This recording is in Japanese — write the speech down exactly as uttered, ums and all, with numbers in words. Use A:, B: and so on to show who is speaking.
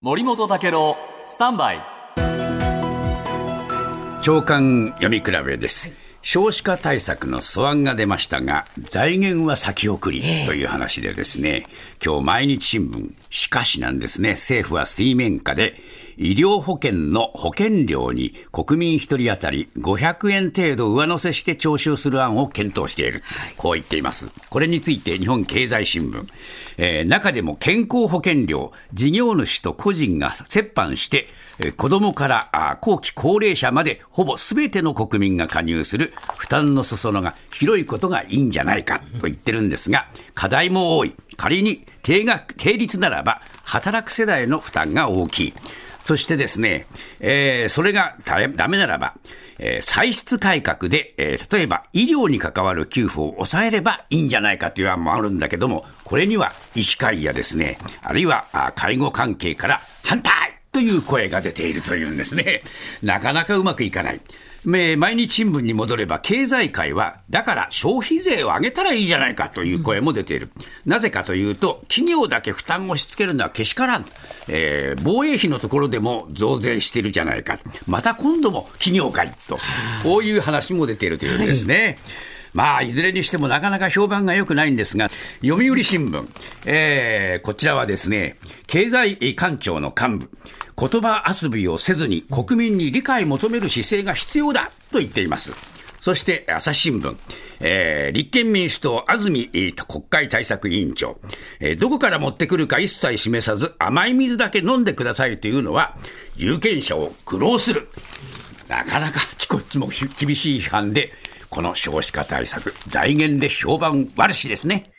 A: 森本武郎スタンバイ
B: 長官読み比べです。少子化対策の素案が出ましたが財源は先送りという話でですね、今日毎日新聞しかしなんですね、政府は水面下で医療保険の保険料に国民一人当たりごひゃくえん程度上乗せして徴収する案を検討している、こう言っています。これについて日本経済新聞、えー、中でも健康保険料、事業主と個人が折半して、えー、子どもから後期高齢者までほぼすべての国民が加入する負担の裾野が広いことがいいんじゃないかと言ってるんですが、課題も多い。仮に定額、定率ならば働く世代の負担が大きい。そしてですね、えー、それがダメならば、えー、歳出改革で、えー、例えば医療に関わる給付を抑えればいいんじゃないかという案もあるんだけども、これには医師会やですね、あるいは介護関係から反対という声が出ているというんですね。なかなかうまくいかない。毎日新聞に戻れば経済界はだから消費税を上げたらいいじゃないかという声も出ている、うん、なぜかというと企業だけ負担を押し付けるのはけしからん、えー、防衛費のところでも増税してるじゃないか、また今度も企業界とこういう話も出ているというんですね、はい。まあ、いずれにしてもなかなか評判が良くないんですが、読売新聞、えー、こちらはですね、経済官庁の幹部、言葉遊びをせずに国民に理解を求める姿勢が必要だと言っています。そして朝日新聞、えー、立憲民主党安住国会対策委員長、えー、どこから持ってくるか一切示さず甘い水だけ飲んでくださいというのは有権者を愚弄する。なかなかあちこちも厳しい批判で、この少子化対策財源で評判悪しですね。